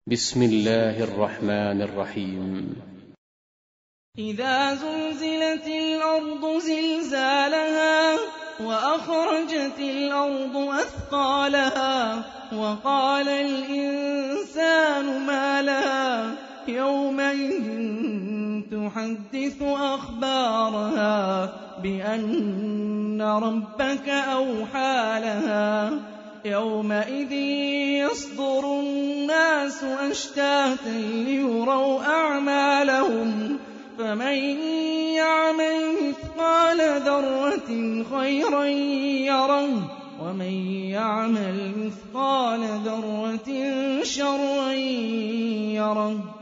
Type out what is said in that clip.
بسم الله الرحمن الرحيم. إذا زلزلت الأرض زلزالها وأخرجت الأرض أثقالها وقال الإنسان ما لها يومئذ تحدث أخبارها بأن ربك أوحى لها يومئذ يصدر الناس أشتاتا ليروا أعمالهم فمن يعمل مثقال ذرة خيرا يره ومن يعمل مثقال ذرة شرا يره.